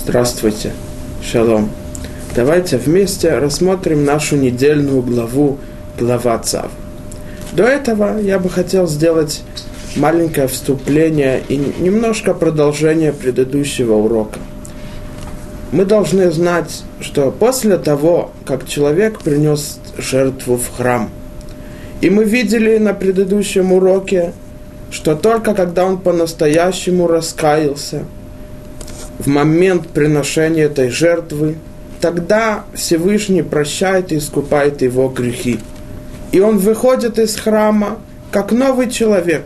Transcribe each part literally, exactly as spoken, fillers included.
Здравствуйте, шалом. Давайте вместе рассмотрим нашу недельную главу, глава Цав. До этого я бы хотел сделать маленькое вступление и немножко продолжение предыдущего урока. Мы должны знать, что после того, как человек принес жертву в храм, и мы видели на предыдущем уроке, что только когда он по-настоящему раскаялся, в момент приношения этой жертвы, тогда Всевышний прощает и искупает его грехи. И он выходит из храма как новый человек.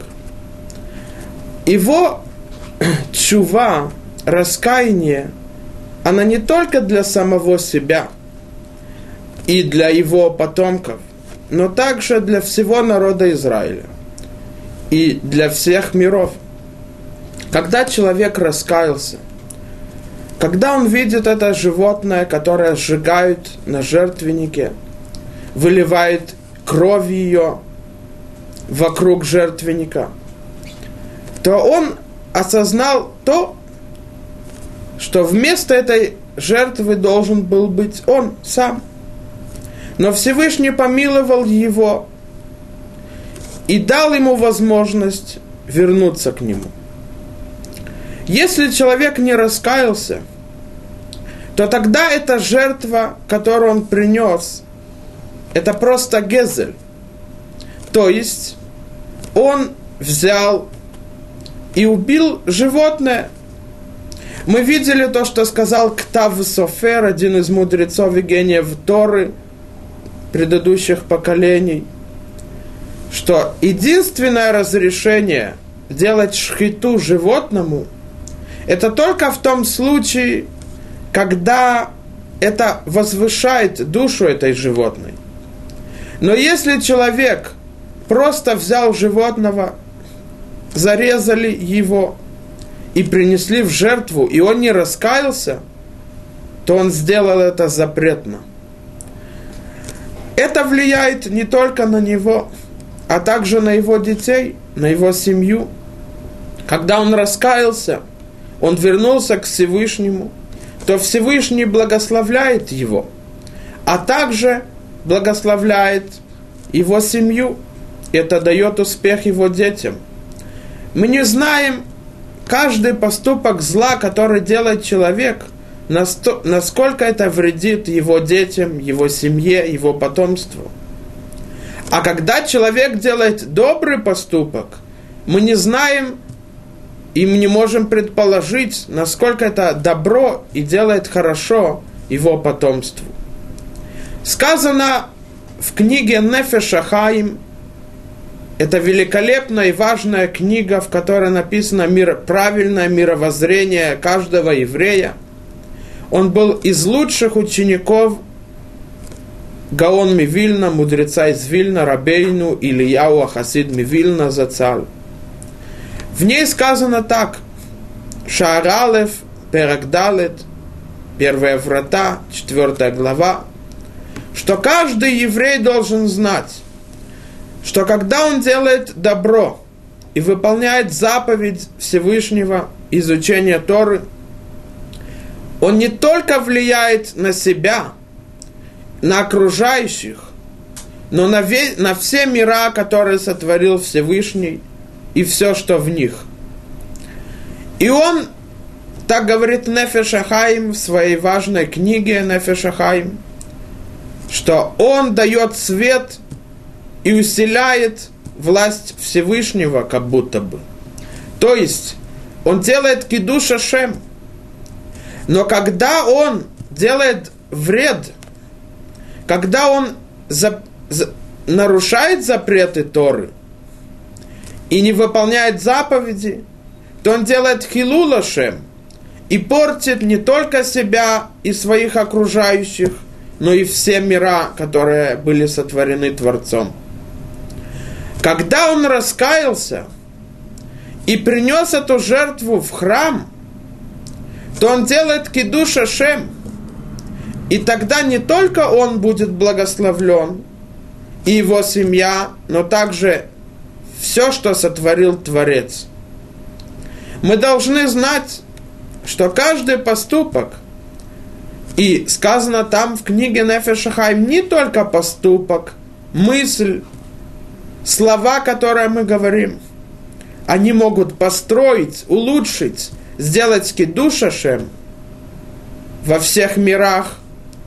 Его тшува, раскаяние, она не только для самого себя и для его потомков, но также для всего народа Израиля и для всех миров. Когда человек раскаялся, когда он видит это животное, которое сжигают на жертвеннике, выливает кровь ее вокруг жертвенника, то он осознал то, что вместо этой жертвы должен был быть он сам. Но Всевышний помиловал его и дал ему возможность вернуться к нему. Если человек не раскаялся, то тогда эта жертва, которую он принес, это просто гезель. То есть он взял и убил животное. Мы видели то, что сказал Ктав Софер, один из мудрецов и гениев Торы предыдущих поколений, что единственное разрешение делать шхиту животному это только в том случае, когда это возвышает душу этой животной. Но если человек просто взял животного, зарезали его и принесли в жертву, и он не раскаялся, то он сделал это запретно. Это влияет не только на него, а также на его детей, на его семью. Когда он раскаялся, он вернулся к Всевышнему, то Всевышний благословляет его, а также благословляет его семью. Это дает успех его детям. Мы не знаем каждый поступок зла, который делает человек, насколько это вредит его детям, его семье, его потомству. А когда человек делает добрый поступок, мы не знаем, и мы не можем предположить, насколько это добро и делает хорошо его потомству. Сказано в книге Нефеш Хаим, это великолепная и важная книга, в которой написано мир, правильное мировоззрение каждого еврея. Он был из лучших учеников Гаон Мивильна, мудреца из Вильна, Рабейну Ильяу Ахасид Мивильна Зацаль. В ней сказано так: Шааралев, Перагдалет, первые врата, четвертая глава, что каждый еврей должен знать, что когда он делает добро и выполняет заповедь Всевышнего, изучение Торы, он не только влияет на себя, на окружающих, но на, весь, на все мира, которые сотворил Всевышний, и все, что в них. И он, так говорит Нефеш Хаим в своей важной книге Нефеш Хаим, что он дает свет и усиляет власть Всевышнего, как будто бы. То есть, он делает кидуш Ашем. Но когда он делает вред, когда он за, за, нарушает запреты Торы, и не выполняет заповеди, то он делает хилул Ашем и портит не только себя и своих окружающих, но и все мира, которые были сотворены Творцом. Когда он раскаялся и принес эту жертву в храм, то он делает кидуш Ашем, и тогда не только он будет благословлен, и его семья, но также все, что сотворил Творец. Мы должны знать, что каждый поступок, и сказано там в книге Нефеш ха-Хаим, не только поступок, мысль, слова, которые мы говорим, они могут построить, улучшить, сделать кидуш Ашем во всех мирах.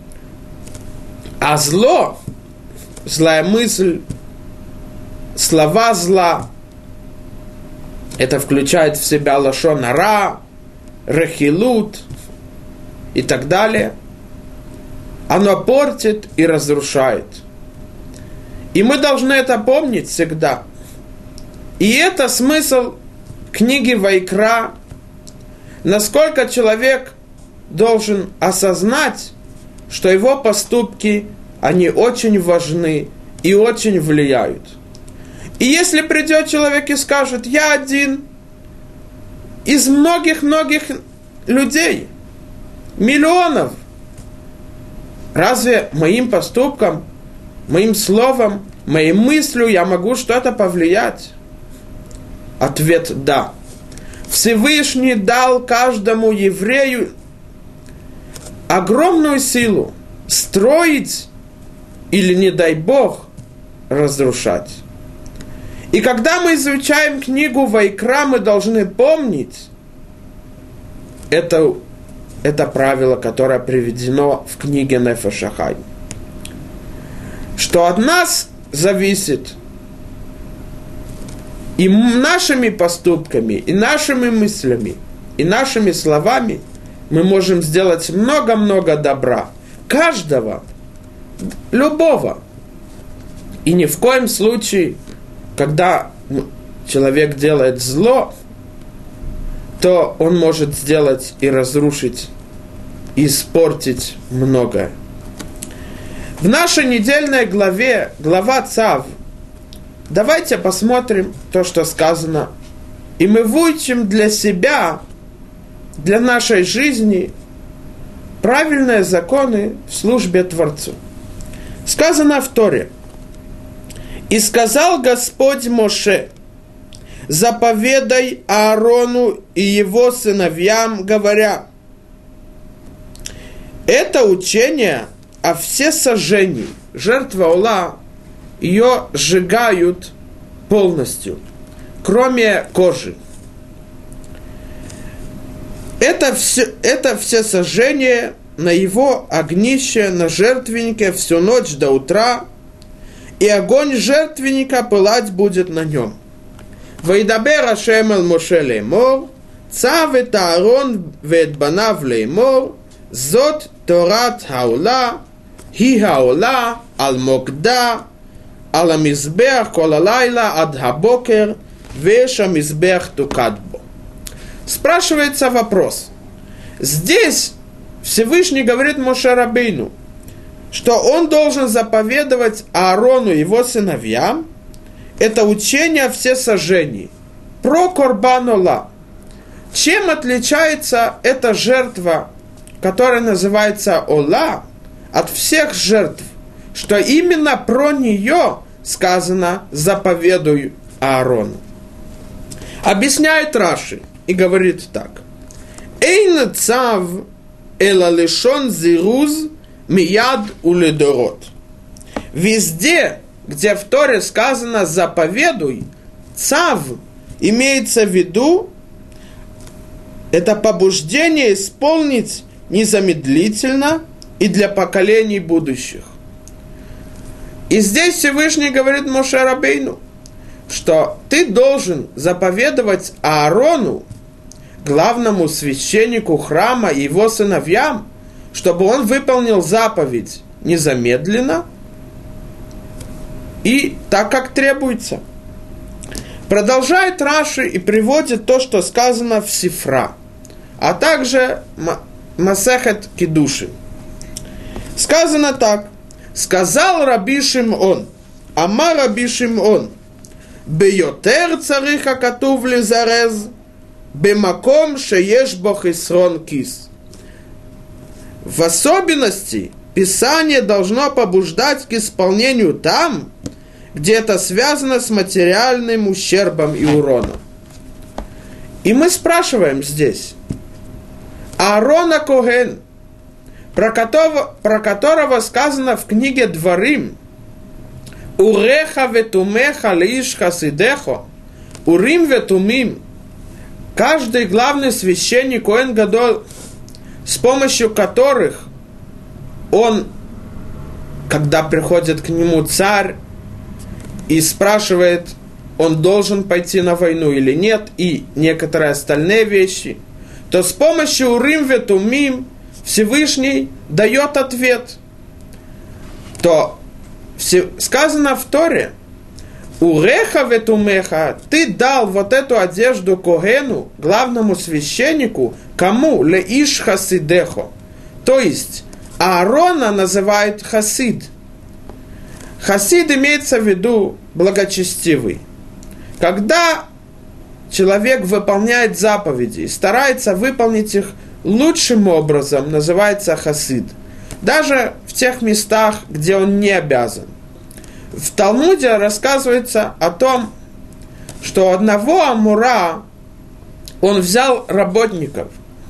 А зло, злая мысль, слова зла, это включает в себя лашон ара, рехилут и так далее. Оно портит и разрушает. И мы должны это помнить всегда. И это смысл книги Вайкра, насколько человек должен осознать, что его поступки, они очень важны и очень влияют. И если придет человек и скажет: я один из многих-многих людей, миллионов, разве моим поступком, моим словом, моей мыслью я могу что-то повлиять? Ответ – да. Всевышний дал каждому еврею огромную силу строить или, не дай Бог, разрушать. И когда мы изучаем книгу Вайкра, мы должны помнить это, это правило, которое приведено в книге Нефеш ха-Хаим, что от нас зависит и нашими поступками, и нашими мыслями, и нашими словами мы можем сделать много-много добра. Каждого, любого. И ни в коем случае, когда человек делает зло, то он может сделать и разрушить, и испортить многое. В нашей недельной главе, глава Цав, давайте посмотрим то, что сказано, и мы выучим для себя, для нашей жизни, правильные законы в службе Творцу. Сказано в Торе: «И сказал Господь Моше: заповедай Аарону и его сыновьям, говоря: это учение о всесожжении, жертва Ола, ее сжигают полностью, кроме кожи. Это все, это всесожжение на его огнище, на жертвеннике всю ночь до утра, и огонь жертвенника пылать будет на нем. Вайдабер Ашем эл Моше леймор, цав эт Аарон вэт банав леймор, зот торат хаола, хи хаола, ал мокда, ал амизбех кол алайла ад хабокер, веш амизбех тукадбо». Спрашивается вопрос. Здесь Всевышний говорит Моше Рабейну, что он должен заповедовать Аарону и его сыновьям это учение о всесожжении, про корбан ола. Чем отличается эта жертва, которая называется ола, от всех жертв, что именно про нее сказано «заповедуй Аарону». Объясняет Раши и говорит так: «Эйн цав эла лишон зируз мияд уледорот». Везде, где в Торе сказано «заповедуй», цав имеется в виду это побуждение исполнить незамедлительно и для поколений будущих. И здесь Всевышний говорит Моше Рабейну, что ты должен заповедовать Аарону, главному священнику храма и его сыновьям, чтобы он выполнил заповедь незамедленно и так, как требуется. Продолжает Раши и приводит то, что сказано в Сифра, а также Масехет Кидушин. Сказано так: сказал Раби Шимон, Амар Раби Шимон, ביותר צריך הכתוב לזרז במקום שיש בו חסרון כיס. В особенности Писание должно побуждать к исполнению там, где это связано с материальным ущербом и уроном. И мы спрашиваем здесь, Аарона Коген, про которого, про которого сказано в книге Дворим, Уреха ветумеха лиш хасидехо, Урим ветумим, каждый главный священник Коэн Гадоль, с помощью которых он, когда приходит к нему царь и спрашивает, он должен пойти на войну или нет, и некоторые остальные вещи, то с помощью Урим ветумим Всевышний дает ответ. То сказано в Торе, Уреха ветумеха, ты дал вот эту одежду Когену, главному священнику, кому? Леиш хасидехо. То есть Аарона называют хасид. Хасид имеется в виду благочестивый. Когда человек выполняет заповеди и старается выполнить их лучшим образом, называется хасид. Даже в тех местах, где он не обязан. В Талмуде рассказывается о том, что одного Амура он взял работников.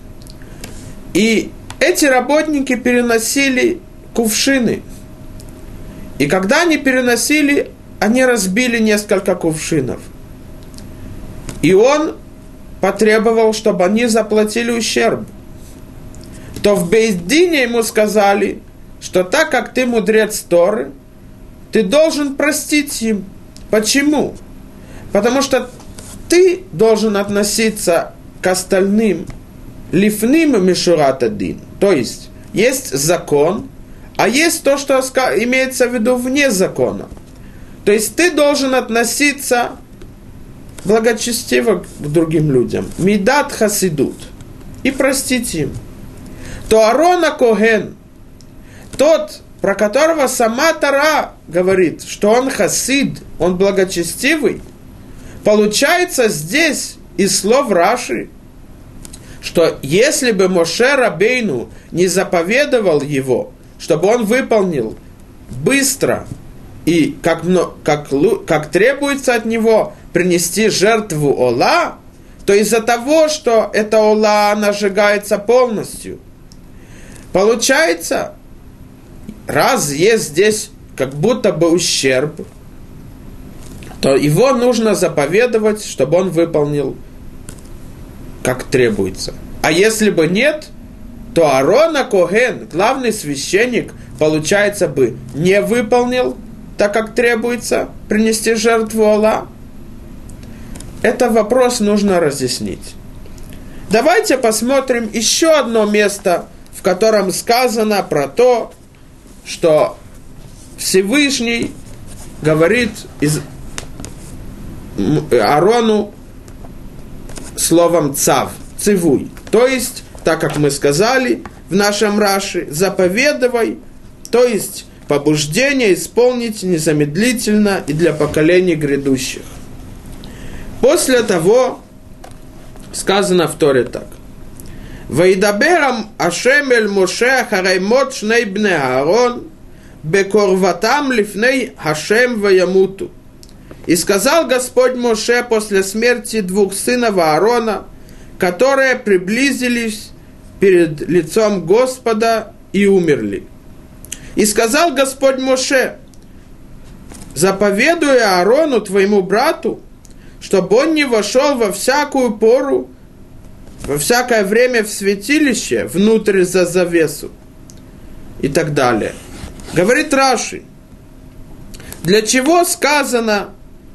И эти работники переносили кувшины. И когда они переносили, они разбили несколько кувшинов. И он потребовал, чтобы они заплатили ущерб. То в Бейт-Дине ему сказали, что так как ты мудрец Торы, ты должен простить им. Почему? Потому что ты должен относиться к остальным лифним мишурат адин. То есть, есть закон, а есть то, что имеется в виду вне закона. То есть, ты должен относиться благочестиво к другим людям. Мидат хасидут. И простить им. То Аарона Коген, тот, про которого сама Тора говорит, что он хасид, он благочестивый, получается здесь из слов Раши, что если бы Моше Рабейну не заповедовал его, чтобы он выполнил быстро и как, как, как требуется от него принести жертву ола, то из-за того, что эта ола, она сжигается полностью, получается, раз есть здесь как будто бы ущерб, то его нужно заповедовать, чтобы он выполнил как требуется. А если бы нет, то Аарона Коген, главный священник, получается бы не выполнил так, как требуется принести жертву ола. Это вопрос нужно разъяснить. Давайте посмотрим еще одно место, в котором сказано про то, что Всевышний говорит из Аарону словом цав, цивуй. То есть, так как мы сказали в нашем Раши, заповедывай, то есть побуждение исполнить незамедлительно и для поколений грядущих. После того сказано в Торе так. «Ваидаберам Ашем эль Моше ахарей мот шней бней Аарон бекорватам лифней Хашем ваямуту». И сказал Господь Моше после смерти двух сынов Аарона, которые приблизились перед лицом Господа и умерли. И сказал Господь Моше: заповедуя Аарону, твоему брату, чтобы он не вошел во всякую пору, во всякое время в святилище, внутрь за завесу, и так далее. Говорит Раши, для чего сказано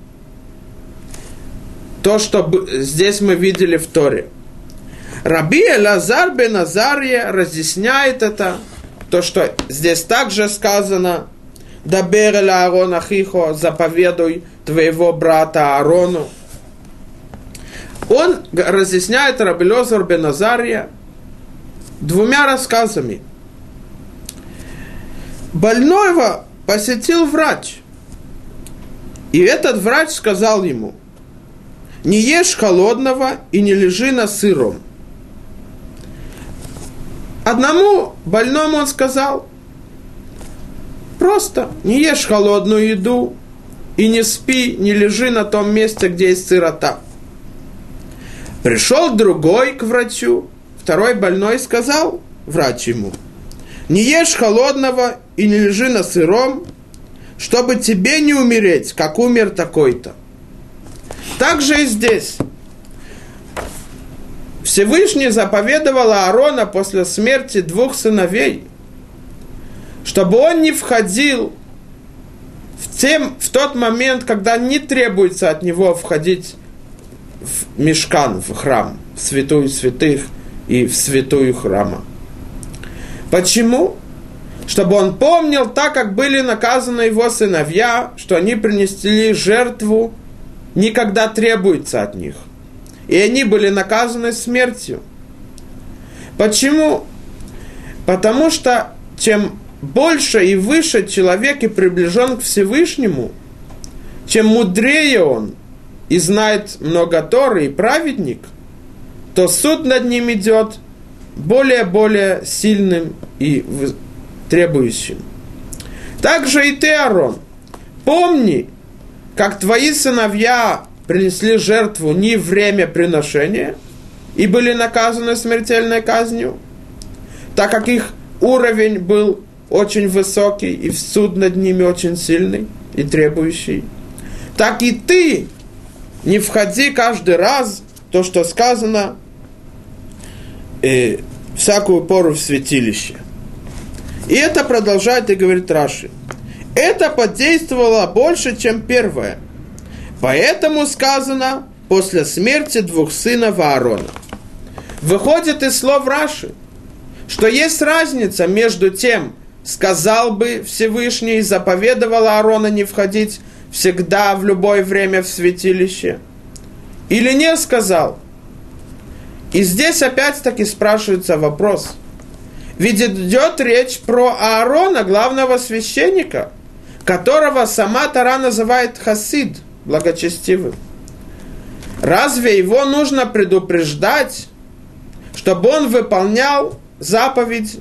то, что здесь мы видели в Торе. Раби Элазар бен Азарья разъясняет это, то, что здесь также сказано, «Дабер эль Аарон ахихо, заповедуй твоего брата Аарону». Он разъясняет Раби Элазар бен Азарья двумя рассказами. Больного посетил врач, и этот врач сказал ему: не ешь холодного и не лежи на сыром. Одному больному он сказал: просто не ешь холодную еду и не спи, не лежи на том месте, где есть сырота. Пришел другой к врачу, второй больной, сказал врач ему: не ешь холодного и не лежи на сыром, чтобы тебе не умереть, как умер такой-то. Так же и здесь. Всевышний заповедовал Аарона после смерти двух сыновей, чтобы он не входил в, тем, в тот момент, когда не требуется от него входить в мишкан, в храм, в святую святых и в святую храма. Почему? Чтобы он помнил, так как были наказаны его сыновья, что они принесли жертву, никогда требуется от них. И они были наказаны смертью. Почему? Потому что чем больше и выше человек и приближен к Всевышнему, чем мудрее он и знает много Торы и праведник, то суд над ним идет более-более сильным и требующим. Также и ты, Аарон, помни, как твои сыновья принесли жертву не в время приношения и были наказаны смертельной казнью, так как их уровень был очень высокий и суд над ними очень сильный и требующий, так и ты не входи каждый раз то, что сказано, э, всякую пору в святилище. И это продолжает и говорит Раши. Это подействовало больше, чем первое. Поэтому сказано после смерти двух сынов Аарона. Выходит из слов Раши, что есть разница между тем, сказал бы Всевышний, заповедовал Аарона не входить всегда в любое время в святилище, или не сказал. И здесь опять-таки спрашивается вопрос. Ведь идет речь про Аарона, главного священника, которого сама Тора называет хасид, благочестивым. Разве его нужно предупреждать, чтобы он выполнял заповедь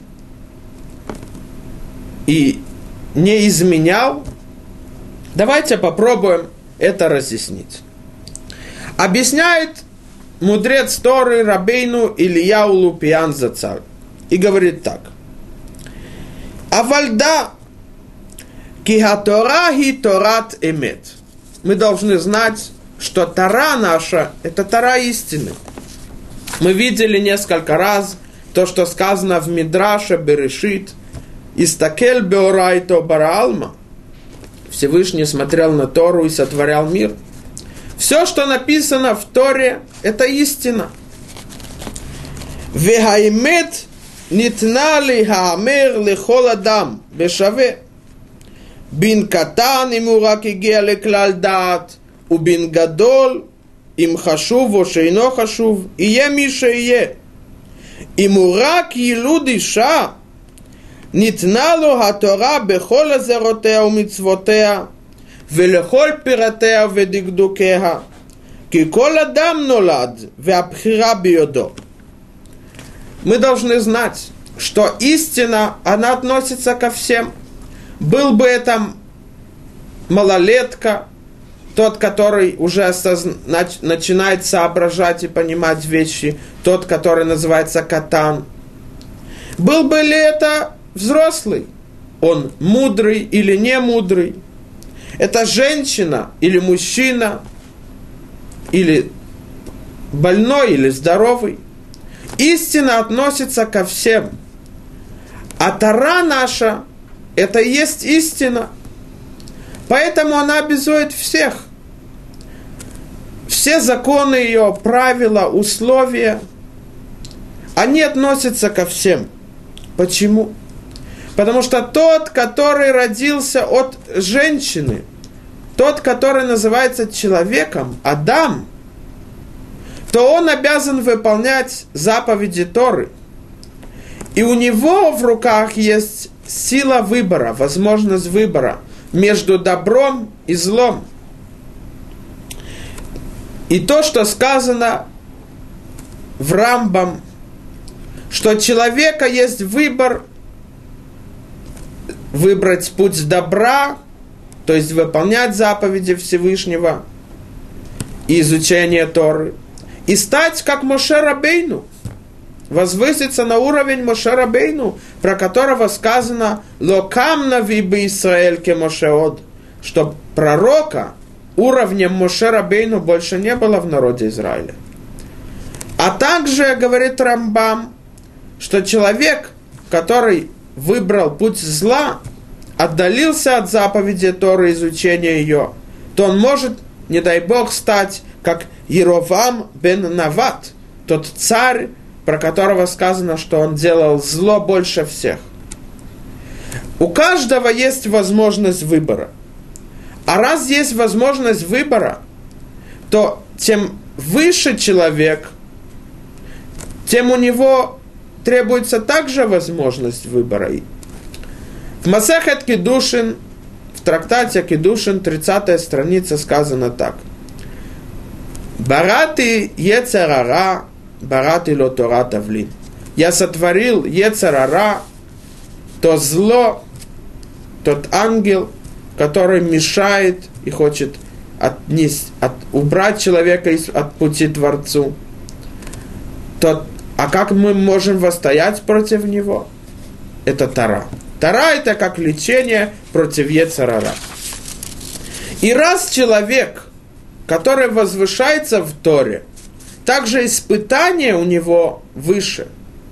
и не изменял? Давайте попробуем это разъяснить. Объясняет мудрец Торы Рабейну Ильяу Лупиян Зацаль и говорит так. Авальда кихатора хи торат эмет. Мы должны знать, что Тора наша – это Тора истины. Мы видели несколько раз то, что сказано в Мидраше Берешит, «Истакель беорайто бараалма». Всевышний смотрел на Тору и сотворял мир. Все, что написано в Торе, это истина. «Вехаймет нитна ли хаамер лехол адам бешаве». Бин катан ему рак игеа леклаль даат, у бин гадол им хашув о шейно хашув, ие миша ие. Ему рак елуд иша, нитна ло хатора бехол азеротеа умицвотеа, ולכל פירתיה ודקדוקיה, כי כל אדם נולד, והבחירה בידו. Мы должны знать, что истина, она относится ко всем. Был бы это малолетка, тот, который уже осозна... начинает соображать и понимать вещи, тот, который называется катан. Был бы ли это взрослый, он мудрый или не мудрый, это женщина или мужчина, или больной или здоровый. Истина относится ко всем. А Тора наша – это и есть истина. Поэтому она обязует всех. Все законы ее, правила, условия, они относятся ко всем. Почему? Потому что тот, который родился от женщины, тот, который называется человеком, Адам, то он обязан выполнять заповеди Торы. И у него в руках есть сила выбора, возможность выбора между добром и злом. И то, что сказано в Рамбам, что у человека есть выбор выбрать путь добра, то есть выполнять заповеди Всевышнего и изучение Торы, и стать как Моше Рабейну, возвыситься на уровень Моше Рабейну, про которого сказано «Локам нави бы Исраэль ке Мошеод», что пророка уровнем Моше Рабейну больше не было в народе Израиля. А также, говорит Рамбам, что человек, который выбрал путь зла, отдалился от заповеди Торы, изучения ее, то он может, не дай Бог, стать как Еровам бен Нават, тот царь, про которого сказано, что он делал зло больше всех. У каждого есть возможность выбора. А раз есть возможность выбора, то тем выше человек, тем у него требуется также возможность выбора. В Масехет Кидушин, в трактате Кидушин, тридцатая страница, сказано так. «Барати ецер ара, барати ло тора тавлин». Я сотворил ецер ара, то зло, тот ангел, который мешает и хочет отнести, от, убрать человека из, от пути Творцу. То, а как мы можем восстоять против него? Это Тора. Тора – это как лечение против ецер ара. И раз человек, который возвышается в Торе, также испытание у него выше.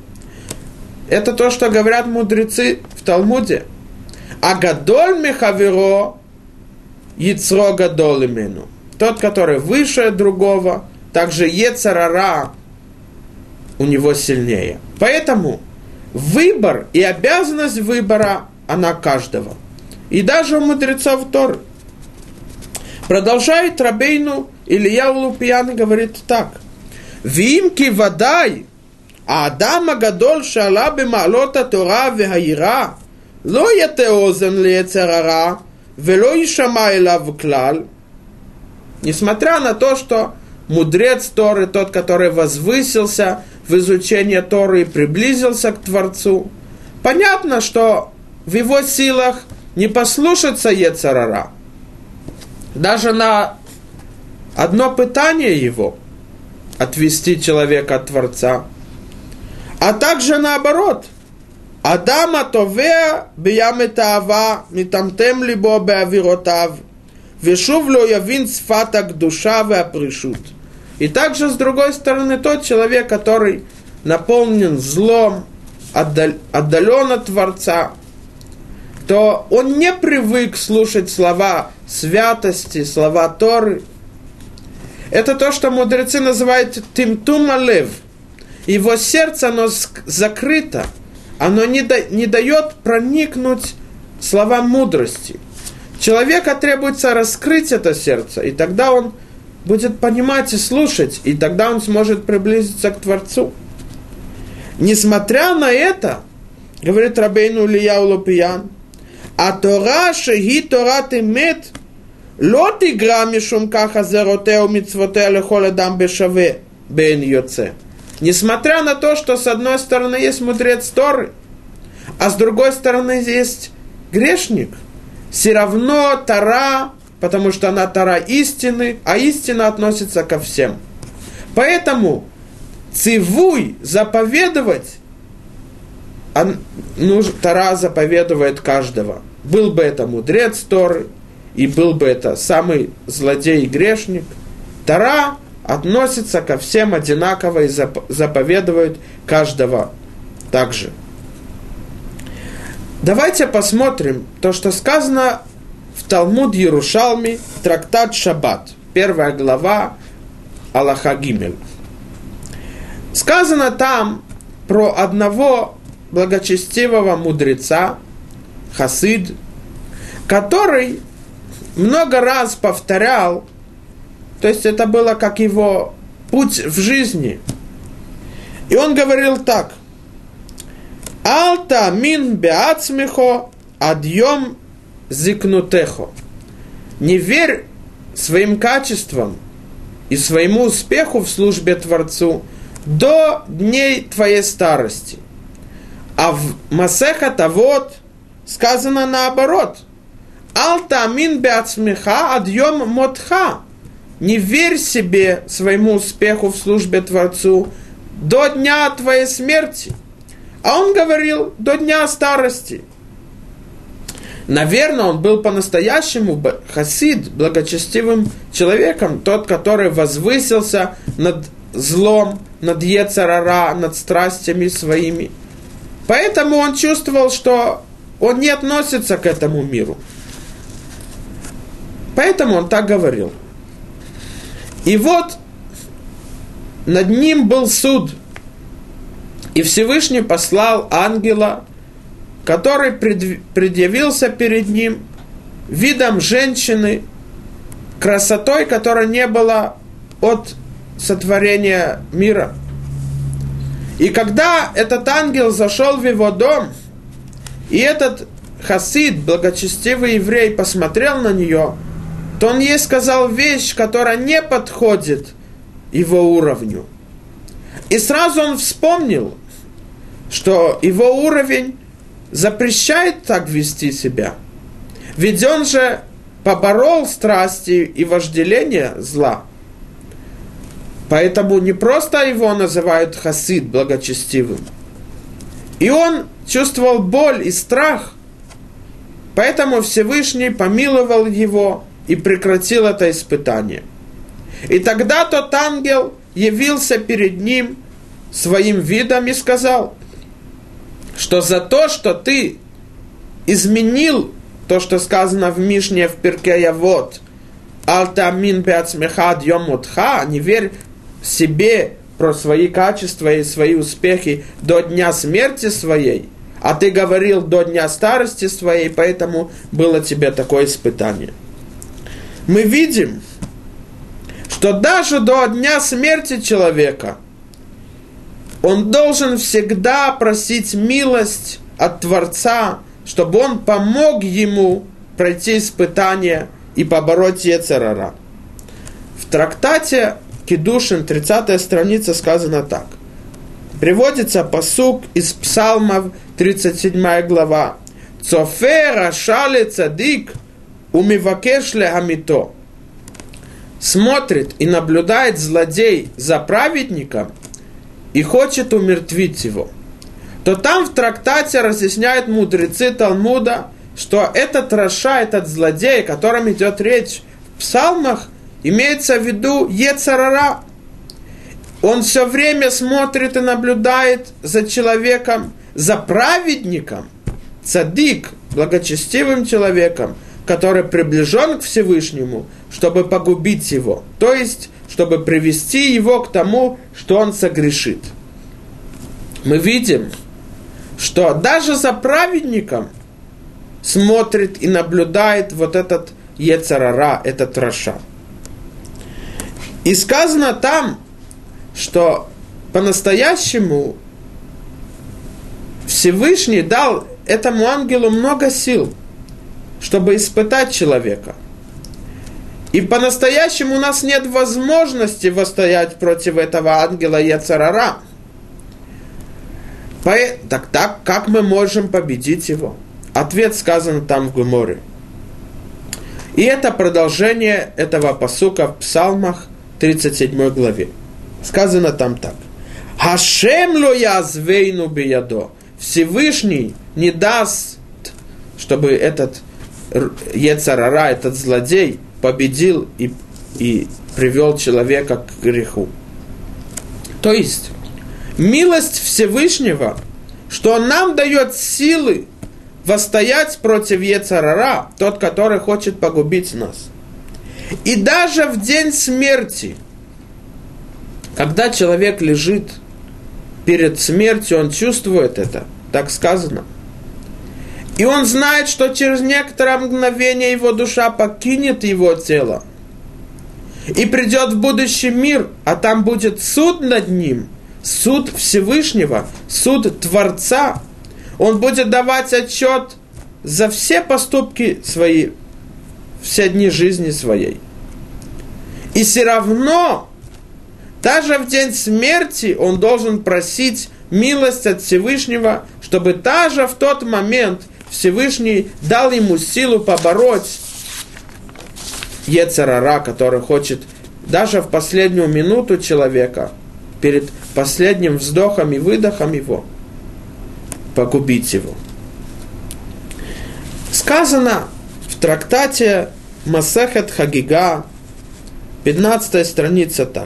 Это то, что говорят мудрецы в Талмуде. А гадоль мехаверо яцро гадол имену. Тот, который выше другого, также ецер ара у него сильнее. Поэтому выбор и обязанность выбора, она каждого. И даже у мудрецов Торы. Продолжает Рабейну Ильяу Лупиян, говорит так. Вимки вадай, а Адам агадол шала бемаалота Тора вехаира, ло яте озен лецер ара, вело ишама элав клал. Несмотря на то, что мудрец Торы, тот, который возвысился в изучении Торы и приблизился к Творцу, понятно, что в его силах не послушаться ецер ара. Даже на одно пытание его отвести человека от Творца. А также наоборот. Адама товеа биям этаава митамтем либо беавиротав вешув ло явин сфат акдуша веапришут. И также с другой стороны тот человек, который наполнен злом, отдален от Творца, то он не привык слушать слова святости, слова Торы. Это то, что мудрецы называют тимтум алев. Его сердце, оно закрыто, оно не, да, не дает проникнуть словам мудрости. Человека требуется раскрыть это сердце, и тогда он будет понимать и слушать, и тогда он сможет приблизиться к Творцу. Несмотря на это, говорит Рабейну Ильяу Лупиян, а Тора шеги Тора тимет, ло тигра мишум каха зеротеу мицвотеа лехол адам бешаве бен йоце. Несмотря на то, что с одной стороны есть мудрец Торы, а с другой стороны есть грешник, все равно Тора, потому что она Тора истины, а истина относится ко всем. Поэтому цивуй заповедовать, ну, Тора заповедует каждого. Был бы это мудрец Торы, и был бы это самый злодей и грешник, Тора относится ко всем одинаково и заповедует каждого также. Давайте посмотрим то, что сказано в Талмуд Ерушалми, трактат Шаббат, первая глава, Алаха Гимель. Сказано там про одного благочестивого мудреца, хасид, который много раз повторял, то есть это было как его путь в жизни. И он говорил так: «Алта мин беацмихо адьем зикнутехо». Не верь своим качествам и своему успеху в службе Творцу до дней твоей старости. А в Масехет Авот сказано наоборот: «Алта мин беацмиха адьем мотха». Не верь себе, своему успеху в службе Творцу до дня твоей смерти. А он говорил, до дня старости. Наверное, он был по-настоящему хасид, благочестивым человеком, тот, который возвысился над злом, над йецер ара, над страстями своими. Поэтому он чувствовал, что он не относится к этому миру. Поэтому он так говорил. И вот над ним был суд. И Всевышний послал ангела, который предъявился перед ним видом женщины, красотой, которой не было от сотворения мира. И когда этот ангел зашел в его дом, и этот хасид, благочестивый еврей, посмотрел на нее, то он ей сказал вещь, которая не подходит его уровню. И сразу он вспомнил, что его уровень запрещает так вести себя. Ведь он же поборол страсти и вожделение зла. Поэтому не просто его называют хасид, благочестивым. И он чувствовал боль и страх. Поэтому Всевышний помиловал его и прекратил это испытание. И тогда тот ангел явился перед ним своим видом и сказал, что за то, что ты изменил то, что сказано в Мишне в Перкей Авот, «Аль-Тамин бе'ацмеха йом мутха», не верь себе про свои качества и свои успехи до дня смерти своей, а ты говорил до дня старости своей, поэтому было тебе такое испытание. Мы видим, что даже до дня смерти человека он должен всегда просить милость от Творца, чтобы он помог ему пройти испытание и побороть йецер ара. В трактате Кидушин, тридцатая страница, сказано так. Приводится пасук из Псалмов, тридцать седьмая глава. «Цофе рашале цадик умивакеш лехамито». Смотрит и наблюдает злодей за праведником и хочет умертвить его. То там в трактате разъясняют мудрецы Талмуда, что этот раша, этот злодей, о котором идет речь в псалмах, имеется в виду йецер ара. Он все время смотрит и наблюдает за человеком, за праведником, цадик, благочестивым человеком, который приближен к Всевышнему, чтобы погубить его. То есть, чтобы привести его к тому, что он согрешит. Мы видим, что даже за праведником смотрит и наблюдает вот этот йецер ара, этот раша. И сказано там, что по-настоящему Всевышний дал этому ангелу много сил, чтобы испытать человека. И по-настоящему у нас нет возможности восстоять против этого ангела йецер ара. Так, так, как мы можем победить его? Ответ сказан там в Геморе. И это продолжение этого пасука в Псалмах, тридцать седьмой главе. Сказано там так. «Хашем ло язвейну биядо». Всевышний не даст, чтобы этот йецер ара, этот злодей, победил и, и привел человека к греху. То есть, милость Всевышнего, что Он нам дает силы восстоять против йецер ара, тот, который хочет погубить нас. И даже в день смерти, когда человек лежит перед смертью, он чувствует это, так сказано. И он знает, что через некоторое мгновение его душа покинет его тело и придет в будущий мир, а там будет суд над ним, суд Всевышнего, суд Творца. Он будет давать отчет за все поступки свои, все дни жизни своей. И все равно, даже в день смерти, он должен просить милость от Всевышнего, чтобы даже в тот момент Всевышний дал ему силу побороть йецер ара, который хочет даже в последнюю минуту человека перед последним вздохом и выдохом его погубить его. Сказано в трактате Масехет Хагига, пятнадцатая страница так.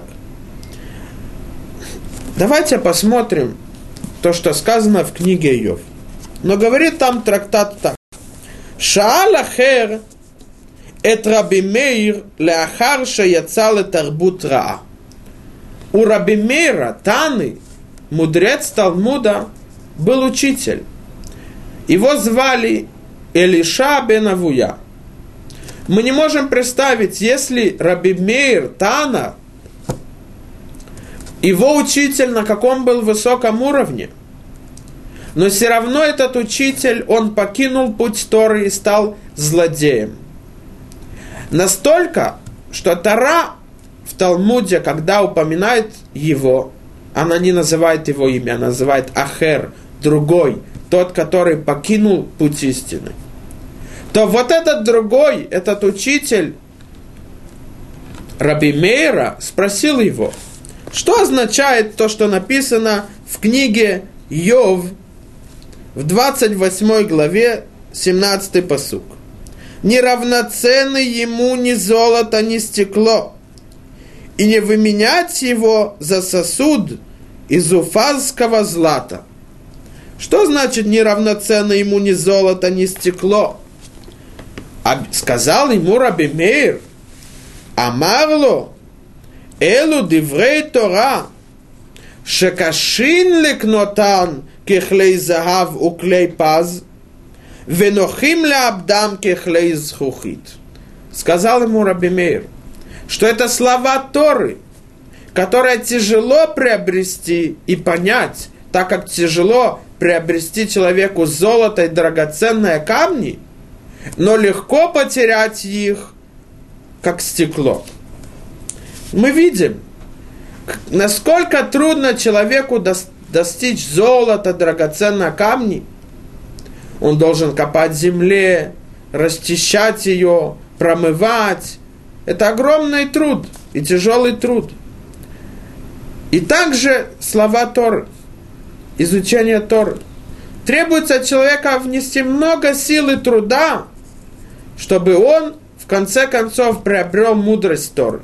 Давайте посмотрим то, что сказано в книге Иов. Но говорит там трактат так. Шаал ахер эт Раби Меир леахар шеяца летарбут раа. У Раби Меира, Таны, мудрец Талмуда, был учитель. Его звали Элиша бен Авуя. Мы не можем представить, если Раби Меир, Тана, его учитель на каком был высоком уровне, но все равно этот учитель, он покинул путь Торы и стал злодеем. Настолько, что Тора в Талмуде, когда упоминает его, она не называет его имя, она называет Ахер, другой, тот, который покинул путь истины. То вот этот другой, этот учитель Раби Меира спросил его, что означает то, что написано в книге Иов в двадцать восьмой главе, семнадцатый пасук. «Неравноценны ему ни золото, ни стекло, и не выменять его за сосуд из уфазского злата». Что значит неравноценно ему ни золото, ни стекло? А сказал ему Раби Меир, Амарло, элу диврей Тора, шекашин лекнотан кехлей загав у клей паз, венохим леабдам кехлей зхухит. Сказал ему Раби Меир, что это слова Торы, которые тяжело приобрести и понять, так как тяжело приобрести человеку золото и драгоценные камни, но легко потерять их, как стекло. Мы видим, насколько трудно человеку достичь золота, драгоценные камни. Он должен копать в земле, расчищать ее, промывать. Это огромный труд и тяжелый труд. И также слова Торы, изучение Торы. Требуется от человека внести много сил и труда, чтобы он в конце концов приобрел мудрость Торы.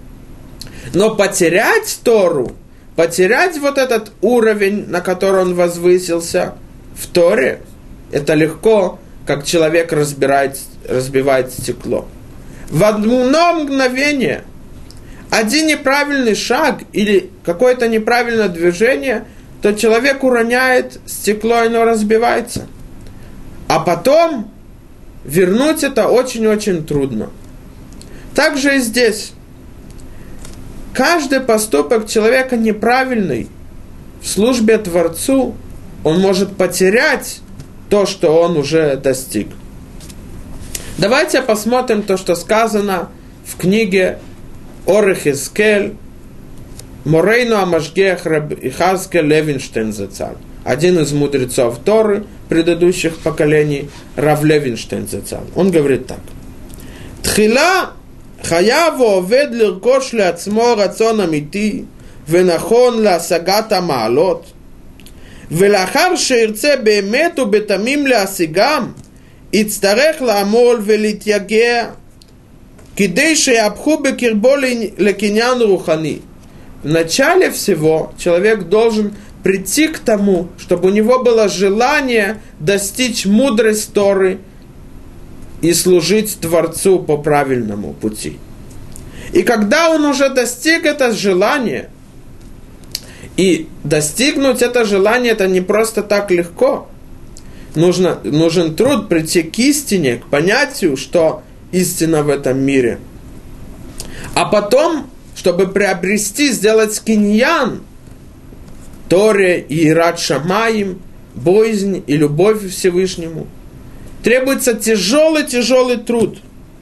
Но потерять Тору, потерять вот этот уровень, на который он возвысился в Торе, это легко, как человек разбирает, разбивает стекло. В одно мгновение один неправильный шаг или какое-то неправильное движение, то человек уроняет стекло, и оно разбивается. А потом вернуть это очень-очень трудно. Также и здесь. Каждый поступок человека неправильный в службе Творцу, он может потерять то, что он уже достиг. Давайте посмотрим то, что сказано в книге Ор Хискель, Морейну Амашгех Рабби Ихазкель Левинштейн зацал. Один из мудрецов Торы предыдущих поколений, Рав Левинштейн зацал. Он говорит так. Тхила חייב ועובד לרכוש לעצמו רצון אמיתי ונכון להשגת המעלות, ולאחר שירצה באמת ובתמים להשיגם, יצטרך לעמול ולהתייגע, כדי שיהפכו בקרבו לקניין רוחני. Вначале всего человек должен прийти к тому, чтобы у него было желание достичь мудрости Торы и служить Творцу по правильному пути. И когда он уже достиг это желание, и достигнуть это желание, это не просто так легко. Нужно, нужен труд прийти к истине, к понятию, что истина в этом мире. А потом, чтобы приобрести, сделать киньян, Торе и ират шамаим, боязнь и любовь к Всевышнему, требуется тяжелый-тяжелый труд.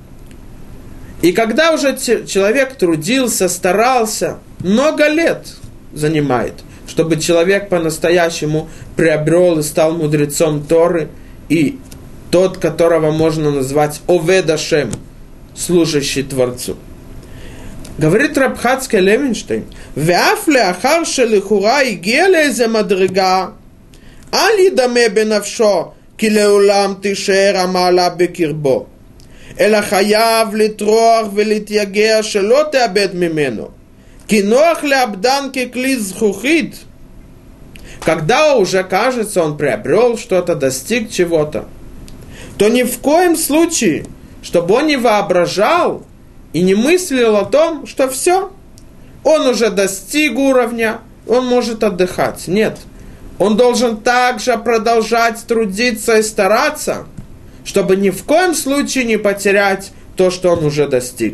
И когда уже человек трудился, старался, много лет занимает, чтобы человек по-настоящему приобрел и стал мудрецом Торы, и тот, которого можно назвать Овед Ашем, служащий Творцу. Говорит Раб Хацкий Левинштейн, «Веаф леахар шелихура игия лезе мадрига, ал ידמה בנפשו כי לעולם תישאר המעלה בקרבו, אלא חייב לטרוח ולהתייגע שלא תאבד ממנו, כי נוח לאבדן ככלי זכוכית». Когда уже кажется, он приобрел что-то, достиг чего-то, то ни в коем случае, чтобы он не воображал и не мыслил о том, что все, он уже достиг уровня, он может отдыхать. Нет. Он должен также продолжать трудиться и стараться, чтобы ни в коем случае не потерять то, что он уже достиг.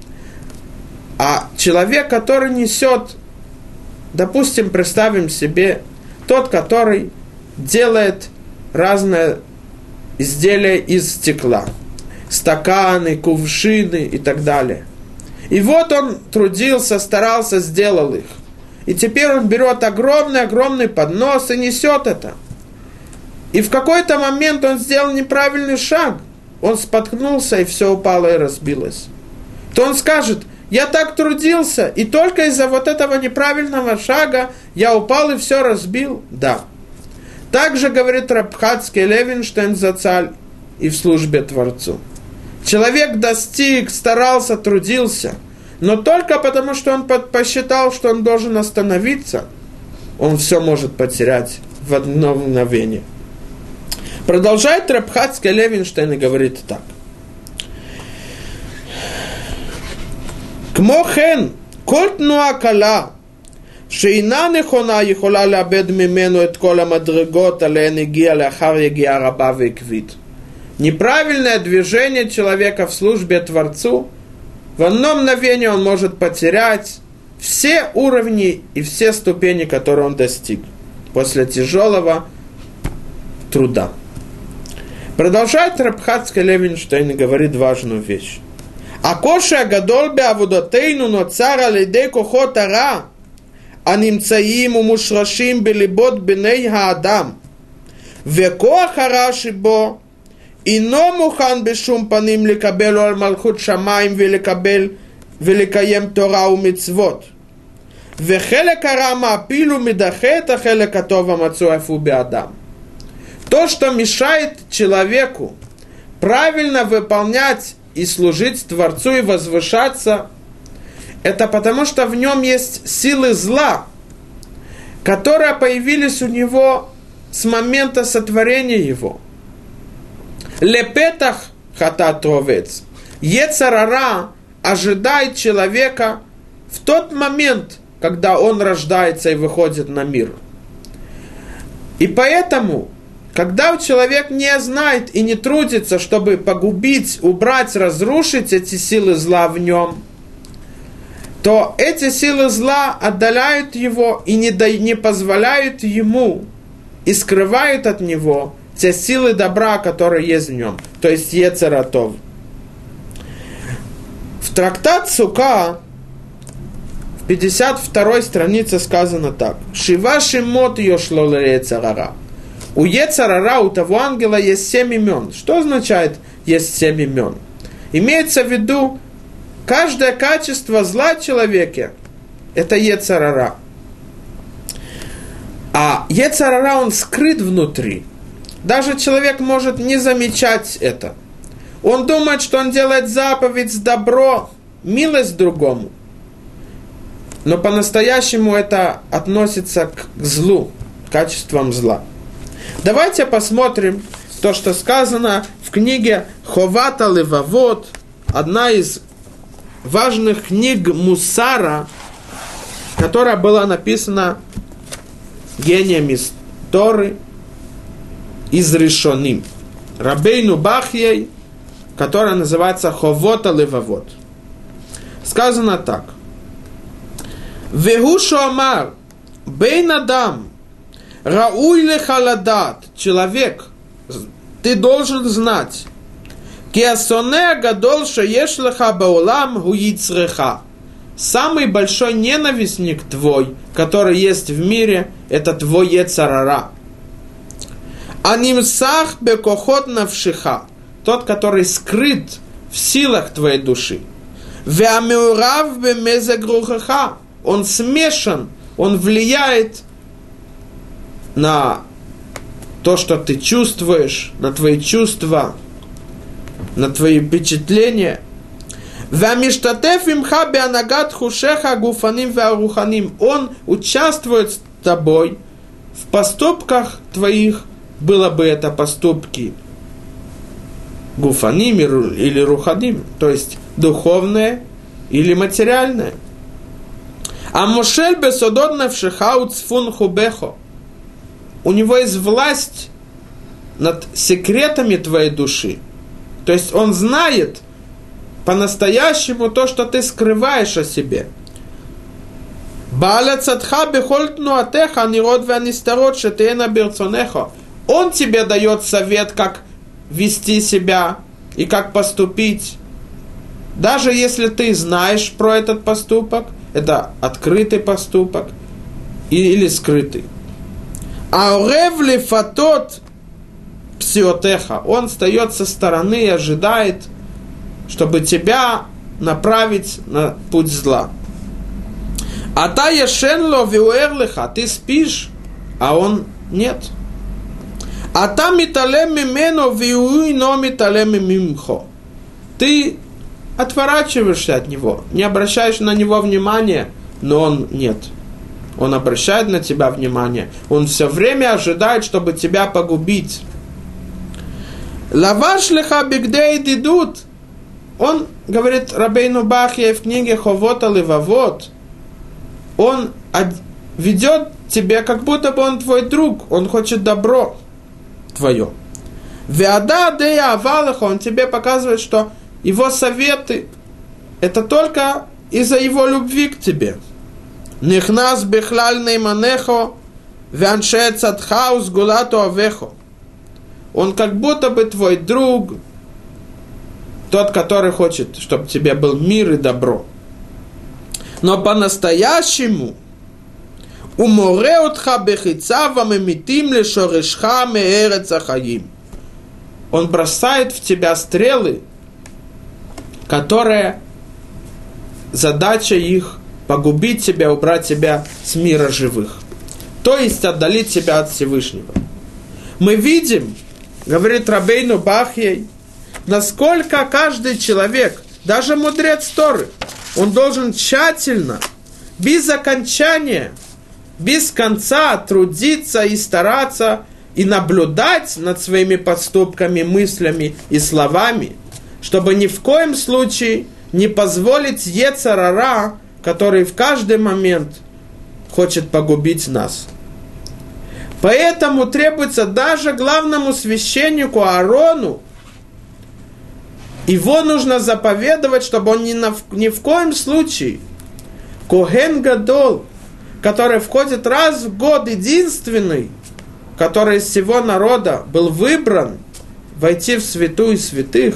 А человек, который несет, допустим, представим себе, тот, который делает разные изделия из стекла, стаканы, кувшины и так далее. И вот он трудился, старался, сделал их. И теперь он берет огромный-огромный поднос и несет это. И в какой-то момент он сделал неправильный шаг. Он споткнулся, и все упало и разбилось. То он скажет, я так трудился, и только из-за вот этого неправильного шага я упал и все разбил. Да. Также говорит Раб Хацкий Левинштейн Зацаль и в службе Творцу. Человек достиг, старался, трудился, но только потому, что он посчитал, что он должен остановиться, он все может потерять в одно мгновение. Продолжает Раб Хацкий Левинштейн и говорит так. כמו כן, כל תנועה קלה שאינה נכונה יכולה לאבד ממנו את כל המדרגות עליהן הגיע לאחר יגיעה רבה ועקבית. Неправильное движение человека в службе Творцу, в одно мгновение он может потерять все уровни и все ступени, которые он достиг после тяжелого труда. Продолжает Раб Хацкий Левинштейн и говорит важную вещь. הקושי הגדול בעבודתנו נוצר על ידי כוחות הרע הנמצאים ומושרשים בליבות בני האדם, וכוח הרע שבו אינו מוכן בשום פנים לקבל על מלכות שמיים ולקבל ולקיים תורה ומצוות, וחלק הרע מעפיל ומדחה את החלק הטוב המצוי אף הוא באדם. То, что мешает человеку правильно выполнять и служить Творцу и возвышаться, это потому, что в нем есть силы зла, которые появились у него с момента сотворения его. Лепетах хатат овец. Йецер ара ожидает человека в тот момент, когда он рождается и выходит на мир. И поэтому, когда человек не знает и не трудится, чтобы погубить, убрать, разрушить эти силы зла в нем, то эти силы зла отдаляют его и не, да, не позволяют ему и скрывают от него те силы добра, которые есть в нем, то есть Йецер ха-тов. В трактат Сука в пятьдесят второй странице сказано так: «Шива шимот йошло ле-Йецер ара». У Йецер ара, у того ангела, есть семь имен. Что означает есть семь имен? Имеется в виду, каждое качество зла в человеке – это Йецер ара. А Йецер ара, он скрыт внутри. Даже человек может не замечать это. Он думает, что он делает заповедь, добро, милость другому. Но по-настоящему это относится к злу, к качествам зла. Давайте посмотрим то, что сказано в книге Ховат ха-Левавот, одна из важных книг Мусара, которая была написана гением из Торы, из Ришоним, Рабейну Бахьей, которая называется Ховот ха-Левавот. Сказано так: «Вегу шоамар бейн адам рауй лехаладат», человек, ты должен знать, ки асоне гадол шееш леха баолам гу йицреха, самый большой ненавистник твой, который есть в мире, это твой Йецер ара. Анимсах бекохот навшиха, тот, который скрыт в силах твоей души. Веамеурав бемезег рухаха. Он смешан, он влияет на то, что ты чувствуешь, на твои чувства, на твои впечатления. Веамиштатеф имха беанагат хушеха гуфаним веаруханим. Он участвует с тобой в поступках твоих, было бы это поступки гуфаним или руханим, то есть духовное или материальное. А мошель бесодот навшиха уцфун хубехо. У него есть власть над секретами твоей души. То есть он знает по-настоящему то, что ты скрываешь о себе. Он тебе дает совет, как вести себя и как поступить. Даже если ты знаешь про этот поступок, это открытый поступок или скрытый. Аурев лифатот псиотеха. Он встает со стороны и ожидает, чтобы тебя направить на путь зла. А та ешенло виуэрлиха. Ты спишь, а он нет. А та миталем мимену виуино миталем мимхо. Ты отворачиваешься от него, не обращаешь на него внимания, но он нет. Он обращает на тебя внимание. Он все время ожидает, чтобы тебя погубить. Лаваш леха бигдей дидут. Он, говорит Рабейну Бахья в книге Ховот Аливавот, он ведет тебя, как будто бы он твой друг, он хочет добро твое. Веада дея авалаха, он тебе показывает, что его советы это только из-за его любви к тебе. Нихнас бихлаль нейманехо вянше цадхаус гулату авехо. Он как будто бы твой друг, тот, который хочет, чтобы тебе был мир и добро. Но по-настоящему умореутха бехица вамемитим лешорешха меэрец ахаим. Он бросает в тебя стрелы, которые задача их погубить тебя, убрать тебя с мира живых. То есть отдалить тебя от Всевышнего. Мы видим, говорит Рабейну Бахьей, насколько каждый человек, даже мудрец Торы, он должен тщательно, без окончания, без конца трудиться и стараться и наблюдать над своими поступками, мыслями и словами, чтобы ни в коем случае не позволить йецер ара, который в каждый момент хочет погубить нас. Поэтому требуется даже главному священнику Аарону, его нужно заповедовать, чтобы он ни, на, ни в коем случае, Коген Гадол, который входит раз в год, единственный, который из всего народа был выбран войти в святую святых,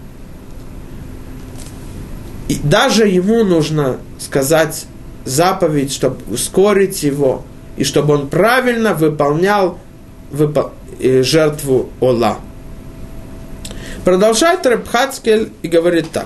и даже ему нужно сказать заповедь, чтобы ускорить его, и чтобы он правильно выполнял выпол... жертву Ола. Продолжает Реб Хацкель и говорит так.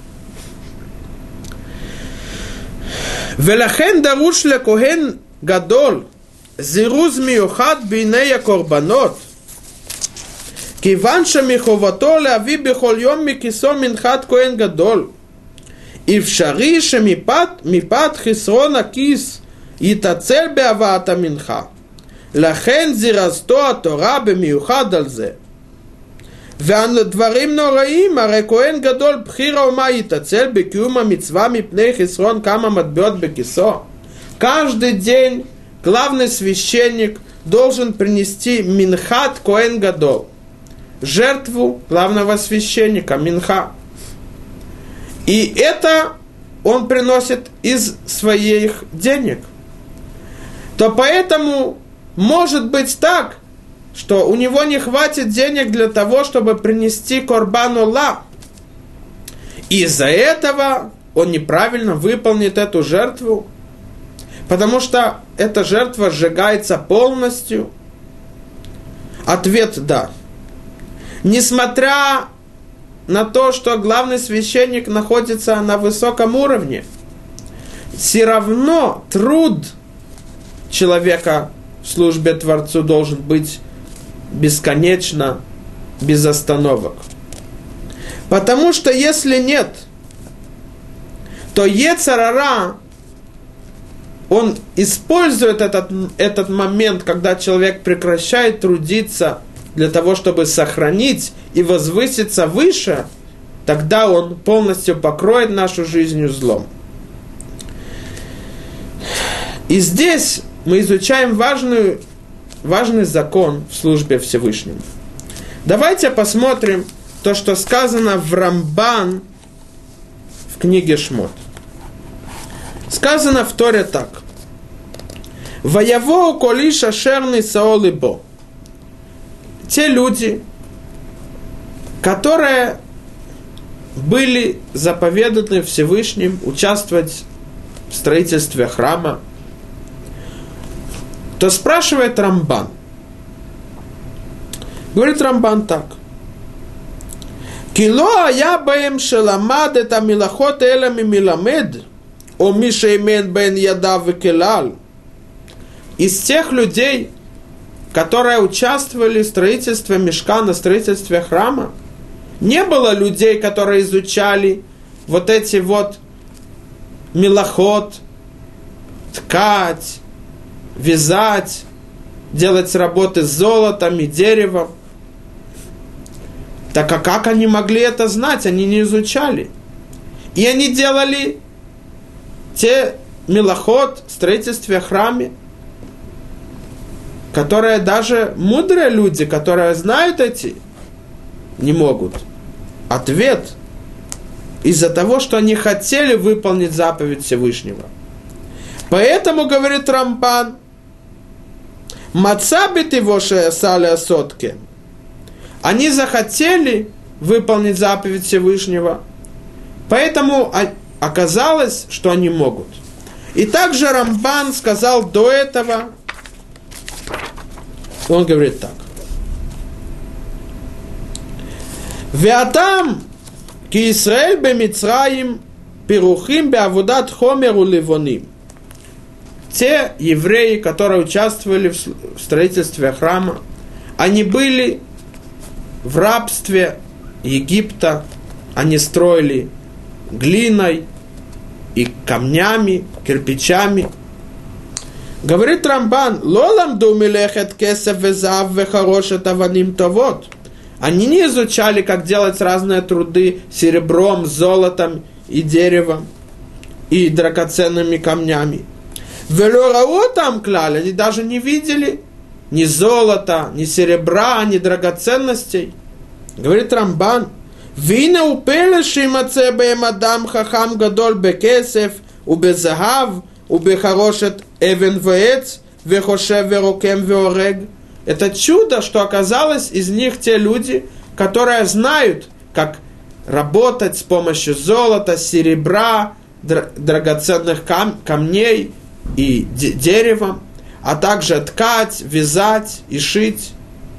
Велахен даруш лекоген гадол зируз миюхад бинея корбанот киван шемиховато лави бихол йом микисо минхат коген гадол אפשרי שמפאת מפאת חסרון הכיס יתעצל בהבאת המנחה. לכן זירזתו התורה במיוחד על זה. והדברים נוראים, הרי כהן גדול בחיר האומה יתעצל בקיום המצווה מפני חסרון כמה מטבעות בכיסו. Каждый день главный священник должен принести минхат коэн гадол, жертву главного священника, минха. И это он приносит из своих денег. То поэтому может быть так, что у него не хватит денег для того, чтобы принести корбан ола. Из-за этого он неправильно выполнит эту жертву, потому что эта жертва сжигается полностью. Ответ – да. Несмотря на то, что главный священник находится на высоком уровне, все равно труд человека в службе Творцу должен быть бесконечно, без остановок. Потому что если нет, то йецер ара, он использует этот, этот момент, когда человек прекращает трудиться для того, чтобы сохранить и возвыситься выше, тогда он полностью покроет нашу жизнь злом. И здесь мы изучаем важную, важный закон в службе Всевышнему. Давайте посмотрим то, что сказано в Рамбан в книге Шмот. Сказано в Торе так. «Ваявоу колиша шерный саолибо». Те люди, которые были заповеданы Всевышним участвовать в строительстве храма, то спрашивает Рамбан. Говорит Рамбан так. «Кило ая баем шеламад это милахот эла мимиламед, о мишеймен бен ядав векелал». Из тех людей, которые участвовали в строительстве мишкана, в строительстве храма, не было людей, которые изучали вот эти вот милахот, ткать, вязать, делать работы с золотом и деревом. Так а как они могли это знать? Они не изучали. И они делали те милахот в строительстве храма, которые даже мудрые люди, которые знают эти, не могут. Ответ: из-за того, что они хотели выполнить заповедь Всевышнего. Поэтому, говорит Рамбан, «Мацабит его шеясаля сотке». Они захотели выполнить заповедь Всевышнего, поэтому оказалось, что они могут. И также Рамбан сказал до этого, он говорит так. «Веатам ки Исраэль бемицраим пирухим беавудат хомер уливоним». Те евреи, которые участвовали в строительстве храма, они были в рабстве Египта, они строили глиной и камнями, кирпичами. Говорит Рамбан, «Лолам думилехет кесев везав вехарошет аваним тавот». Они не изучали, как делать разные труды серебром, золотом и деревом, и драгоценными камнями. «Велорау там клали», они даже не видели ни золота, ни серебра, ни драгоценностей. Говорит Рамбан, «Вина упеле шимаце бэм адам хахам гадоль бекесев, убезахав, убехарошет эвен вэец, вехошев верокем веорег». Это чудо, что оказалось из них те люди, которые знают, как работать с помощью золота, серебра, драгоценных кам- камней и д- деревом, а также ткать, вязать и шить.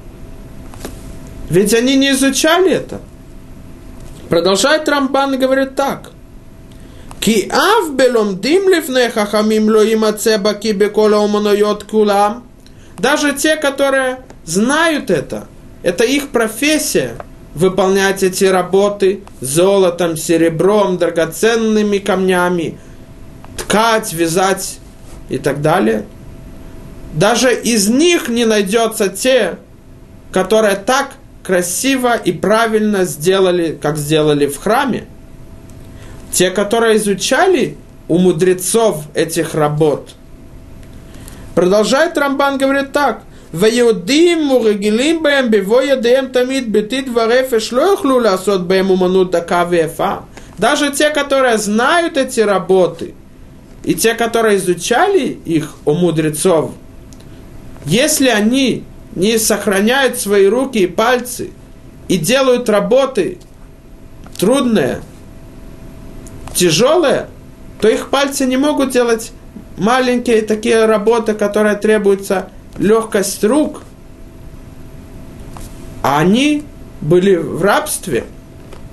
Ведь они не изучали это. Продолжает Рамбан и говорит так. «Ки ав беломдим лифней хахамим ло имаце баки бекола уманоёт кулам». Даже те, которые знают это, это их профессия, выполнять эти работы золотом, серебром, драгоценными камнями, ткать, вязать и так далее. Даже из них не найдется те, которые так красиво и правильно сделали, как сделали в храме. Те, которые изучали у мудрецов этих работ. Продолжает Рамбан, говорит так. «Ваюдим мурегилим бэм бивоядем тамид бетит варефеш лохлу ласот бэм уманут дака вефа». Даже те, которые знают эти работы, и те, которые изучали их у мудрецов, если они не сохраняют свои руки и пальцы и делают работы трудные, тяжелые, то их пальцы не могут делать маленькие такие работы, которые требуются легкость рук. А они были в рабстве.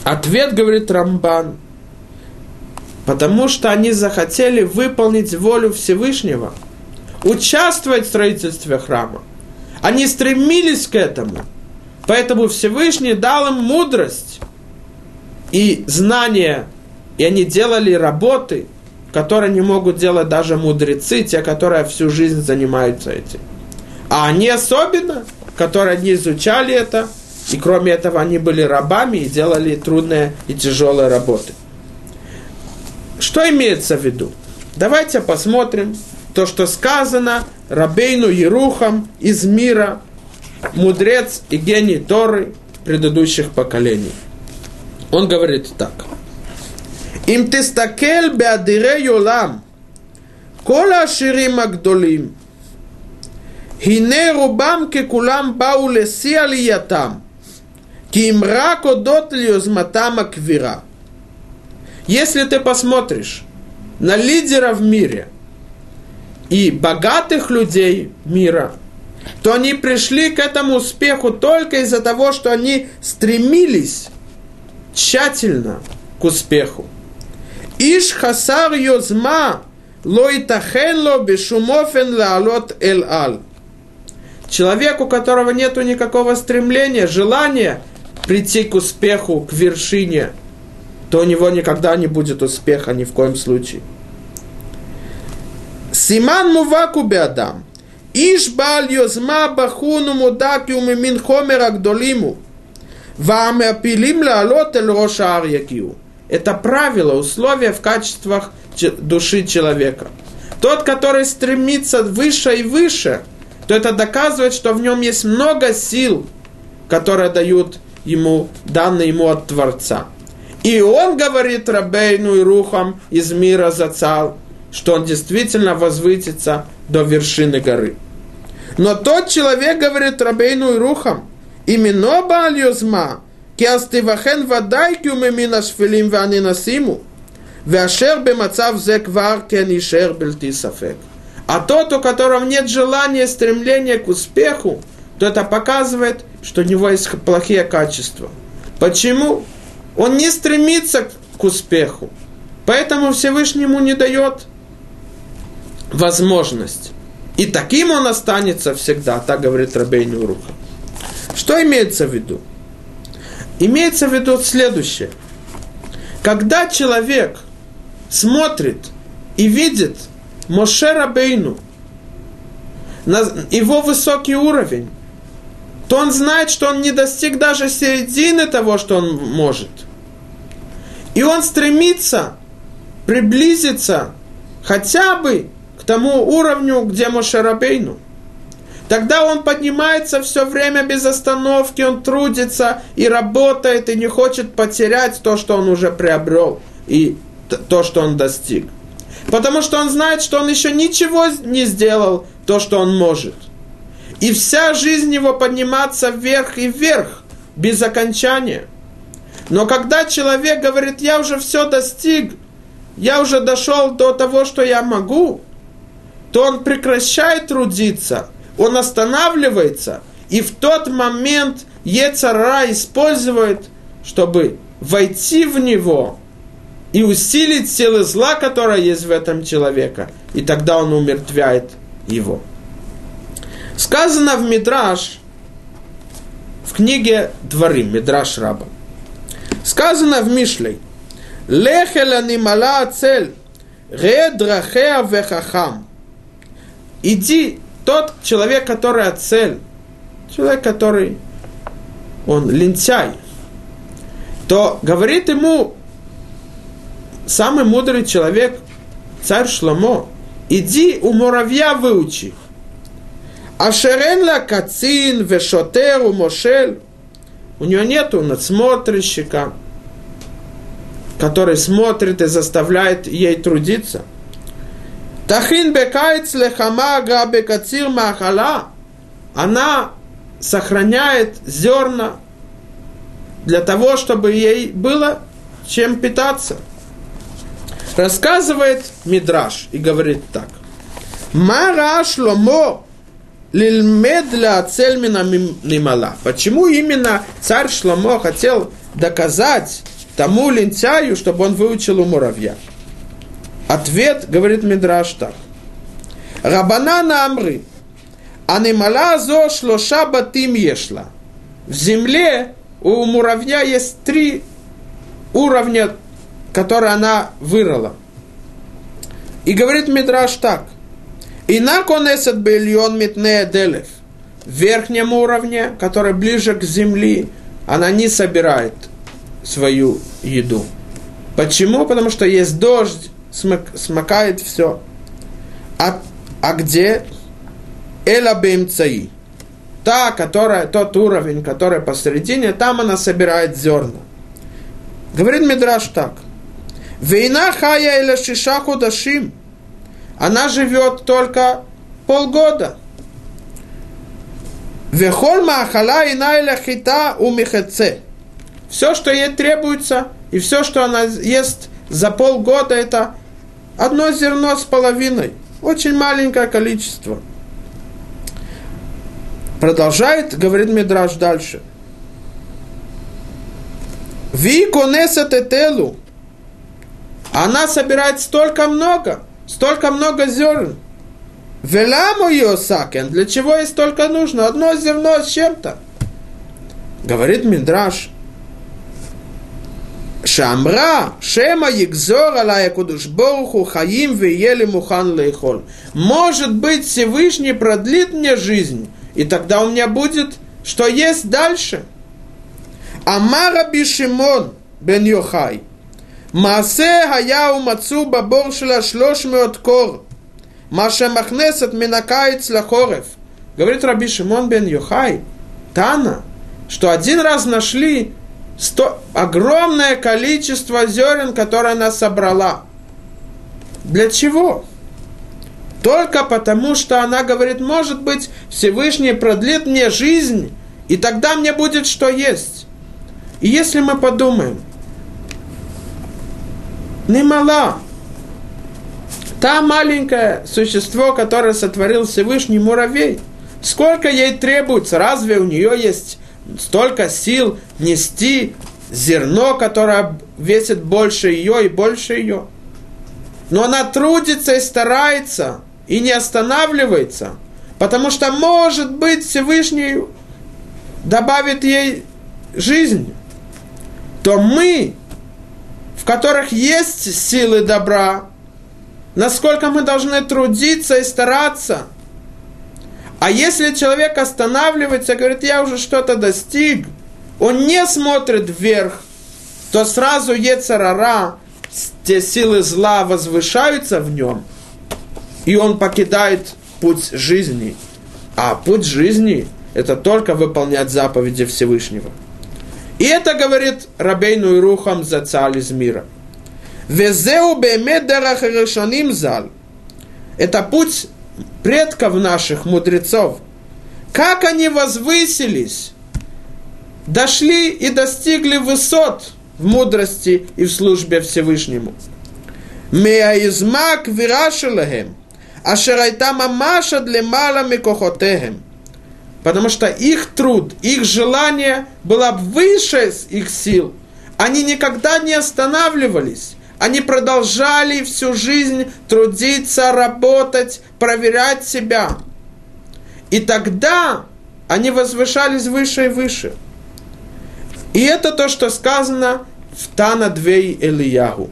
Ответ, говорит Рамбан, потому что они захотели выполнить волю Всевышнего, участвовать в строительстве храма. Они стремились к этому, поэтому Всевышний дал им мудрость и знания, и они делали работы, которые не могут делать даже мудрецы, те, которые всю жизнь занимаются этим. А они особенно, которые не изучали это, и кроме этого они были рабами и делали трудные и тяжелые работы. Что имеется в виду? Давайте посмотрим то, что сказано Рабейну Ерухам из мира, мудрец и гений Торы предыдущих поколений. Он говорит так. Им тестакель беадирей олам, кол аширим агдолим, хине рубам кекулам бау леси алиятам, ки им рак одот льозматам аквира. Если ты посмотришь на лидеров в мире и богатых людей мира, то они пришли к этому успеху только из-за того, что они стремились тщательно к успеху. Иш хасар йозма ло итахен ло бешумофен лаалот эль ал. Человек, у которого нету никакого стремления, желания прийти к успеху, к вершине, то у него никогда не будет успеха ни в коем случае. Симан муваку беадам. Иш баал йозма бахуну мудак юмимин хомер агдолиму. Ваамеапилим лаалот эль рош аар ягиу. Это правило, условия в качествах души человека. Тот, который стремится выше и выше, то это доказывает, что в нем есть много сил, которые дают ему, данные ему от Творца. И он говорит Рабейну Ерухам из мира Зацал, что он действительно возвысится до вершины горы. Но тот человек, говорит Рабейну Ерухам, именно Бааль Йозма, כי אז תבחן ודאי כי הוא ממין השפלים והננסים ואשר במצב זה כבר כן יישאר בלתי ספק. А тот, у которого нет желания, стремления к успеху, то это показывает, что у него есть плохие качества. Почему? Он не стремится к успеху, поэтому Всевышнему не дает возможность. И таким он останется всегда, так говорит Рабейну Ерухам. Что имеется в виду? Имеется в виду следующее. Когда человек смотрит и видит Моше Рабейну, его высокий уровень, то он знает, что он не достиг даже середины того, что он может. И он стремится приблизиться хотя бы к тому уровню, где Моше Рабейну. Тогда он поднимается все время без остановки, он трудится и работает, и не хочет потерять то, что он уже приобрел, и то, что он достиг. Потому что он знает, что он еще ничего не сделал, то, что он может. И вся жизнь его подниматься вверх и вверх, без окончания. Но когда человек говорит, я уже все достиг, я уже дошел до того, что я могу, то он прекращает трудиться, он останавливается, и в тот момент Йецер Ара использует, чтобы войти в него и усилить силы зла, которая есть в этом человеке, и тогда он умертвяет его. Сказано в Мидраш, в книге Дворим, Мидраш Раба, сказано в Мишлей, «Лехел анимала ацель, ре драхеа вехахам». Иди, тот человек, который ацель, человек, который, он лентяй, то говорит ему самый мудрый человек, царь Шломо, иди у муравья выучи. Ашерен ла кацин вешотер у мошель. У него нету надсмотрщика, который смотрит и заставляет ей трудиться. Тахин бекайц лехама грабе кацир махала. Она сохраняет зерна для того, чтобы ей было чем питаться. Рассказывает Мидраш и говорит так. Мара Шломо лильмед ля ацель мина нимала. Почему именно царь Шломо хотел доказать тому лентяю, чтобы он выучил у муравья? Ответ, говорит Мидраш так. Рабанана амри, анимала зо шлоша батим ешла. В земле у муравья есть три уровня, которые она вырыла. И говорит Мидраш так. Инак он эсет бельон митнея делев. В верхнем уровне, который ближе к земле, она не собирает свою еду. Почему? Потому что есть дождь, смык, смыкает все. А, а где? Эла бемцаи. Та, которая, тот уровень, который посередине, там она собирает зерна. Говорит Мидраш так. Вейна хая эла шиша худашим. Она живет только полгода. Вехоль маахала ина эла хита у михеце. Все, что ей требуется, и все, что она ест за полгода, это одно зерно с половиной. Очень маленькое количество. Продолжает, говорит Мидраш дальше. Ви конесет этелу. Она собирает столько много, столько много зерен. Веламу йосакен. Для чего ей столько нужно? Одно зерно с чем-то. Говорит Мидраш. Шамра, шема ягзор алай кудуш боруху хаим веели мухан лейхол. Может быть, Всевышний продлит мне жизнь, и тогда у меня будет, что есть дальше. Амар Раби Шимон бен Йохай. Маасе хая умацу бабор шела шлош меот кор. Маша махнесет минакаец лахорев. Говорит Раби Шимон бен Йохай, Тана, что один раз нашли сто, огромное количество зерен, которые она собрала. Для чего? Только потому, что она говорит, может быть, Всевышний продлит мне жизнь, и тогда мне будет что есть. И если мы подумаем, немала, та маленькое существо, которое сотворил Всевышний муравей, сколько ей требуется? Разве у нее есть столько сил нести зерно, которое весит больше ее и больше ее? Но она трудится и старается, и не останавливается, потому что, может быть, Всевышний добавит ей жизнь. То мы, в которых есть силы добра, насколько мы должны трудиться и стараться. А если человек останавливается и говорит, я уже что-то достиг, он не смотрит вверх, то сразу йецер ара, те силы зла возвышаются в нем, и он покидает путь жизни. А путь жизни – это только выполнять заповеди Всевышнего. И это говорит Рабейну Ирухам Зацаль из мира. Везеу беэмет дерах решоним зал. Это путь предков наших, мудрецов. Как они возвысились, дошли и достигли высот в мудрости и в службе Всевышнему. Меаизмак вирашелахем, ашерайта мамаша длемала микохотехем. Потому что их труд, их желание было выше их сил. Они никогда не останавливались. Они продолжали всю жизнь трудиться, работать, проверять себя. И тогда они возвышались выше и выше. И это то, что сказано в Тана Двей Элияху.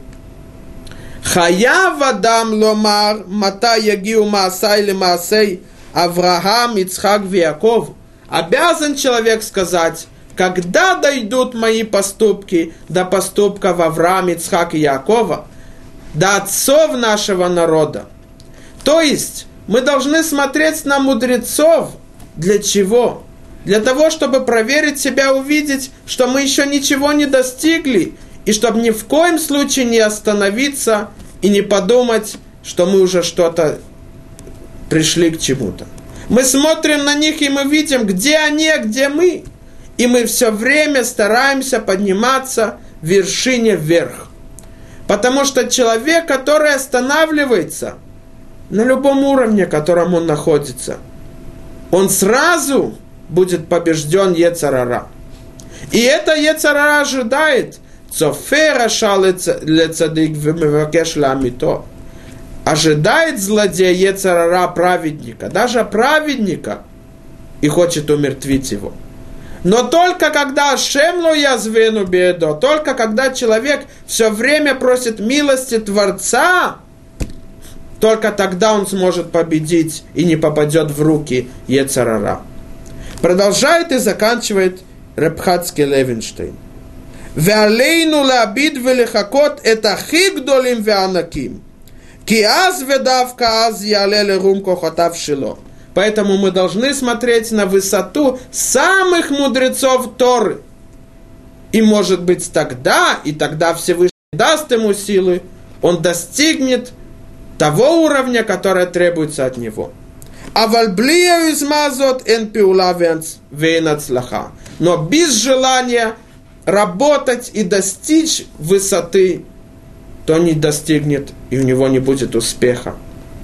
Хаяв адам ломар мата ягиу маасай ле маасей Авраам, Ицхак, Яков. Обязан человек сказать, когда дойдут мои поступки до поступков Авраама, Ицхака и Якова, до отцов нашего народа. То есть, мы должны смотреть на мудрецов. Для чего? Для того, чтобы проверить себя, увидеть, что мы еще ничего не достигли, и чтобы ни в коем случае не остановиться и не подумать, что мы уже что-то пришли к чему-то. Мы смотрим на них, и мы видим, где они, а где мы. И мы все время стараемся подниматься в вершине вверх. Потому что человек, который останавливается на любом уровне, в котором он находится, он сразу будет побежден йецер ара. И это йецер ара ожидает цофе раша лецадик вемевакеш ламито. Ожидает злодей йецер ара праведника, даже праведника, и хочет умертвить его. Но только когда шемло язвену бедо, только когда человек все время просит милости Творца, только тогда он сможет победить и не попадет в руки йецер ара. Продолжает и заканчивает Реб Хацкий Левинштейн. Веалейну лабид велихакот это хигдолим веанаким. Киаз ведавка аз ялеле румко хотав шило. Поэтому мы должны смотреть на высоту самых мудрецов Торы. И может быть тогда, и тогда Всевышний даст ему силы, он достигнет того уровня, который требуется от него. Авальблия измазот эн пиула венацлаха. Но без желания работать и достичь высоты, то не достигнет, и у него не будет успеха.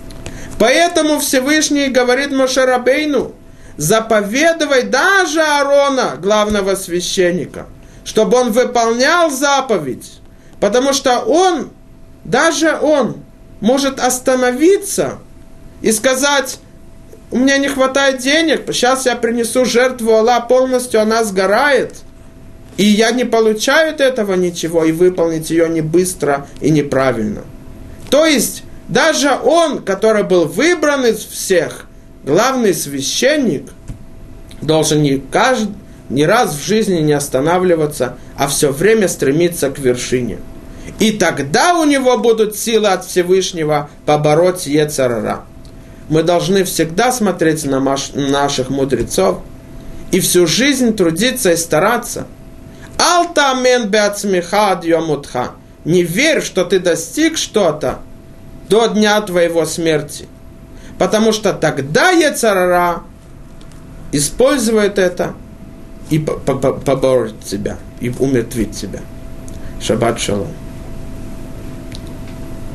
Поэтому Всевышний говорит Моше Рабейну, заповедывай даже Аарона, главного священника, чтобы он выполнял заповедь, потому что он, даже он, может остановиться и сказать, у меня не хватает денег, сейчас я принесу жертву Аллах полностью, она сгорает, и я не получаю от этого ничего, и выполнить ее не быстро и неправильно. То есть, даже он, который был выбран из всех, главный священник, должен не, каждый, не раз в жизни не останавливаться, а все время стремиться к вершине. И тогда у него будут силы от Всевышнего побороть йецер ара. Мы должны всегда смотреть на наших мудрецов и всю жизнь трудиться и стараться. Алтамен беацмиха адьомутха. Не верь, что ты достиг что-то до дня твоего смерти. Потому что тогда йецер ара использует это и поборет тебя, и умертвит тебя. Шаббат шалом.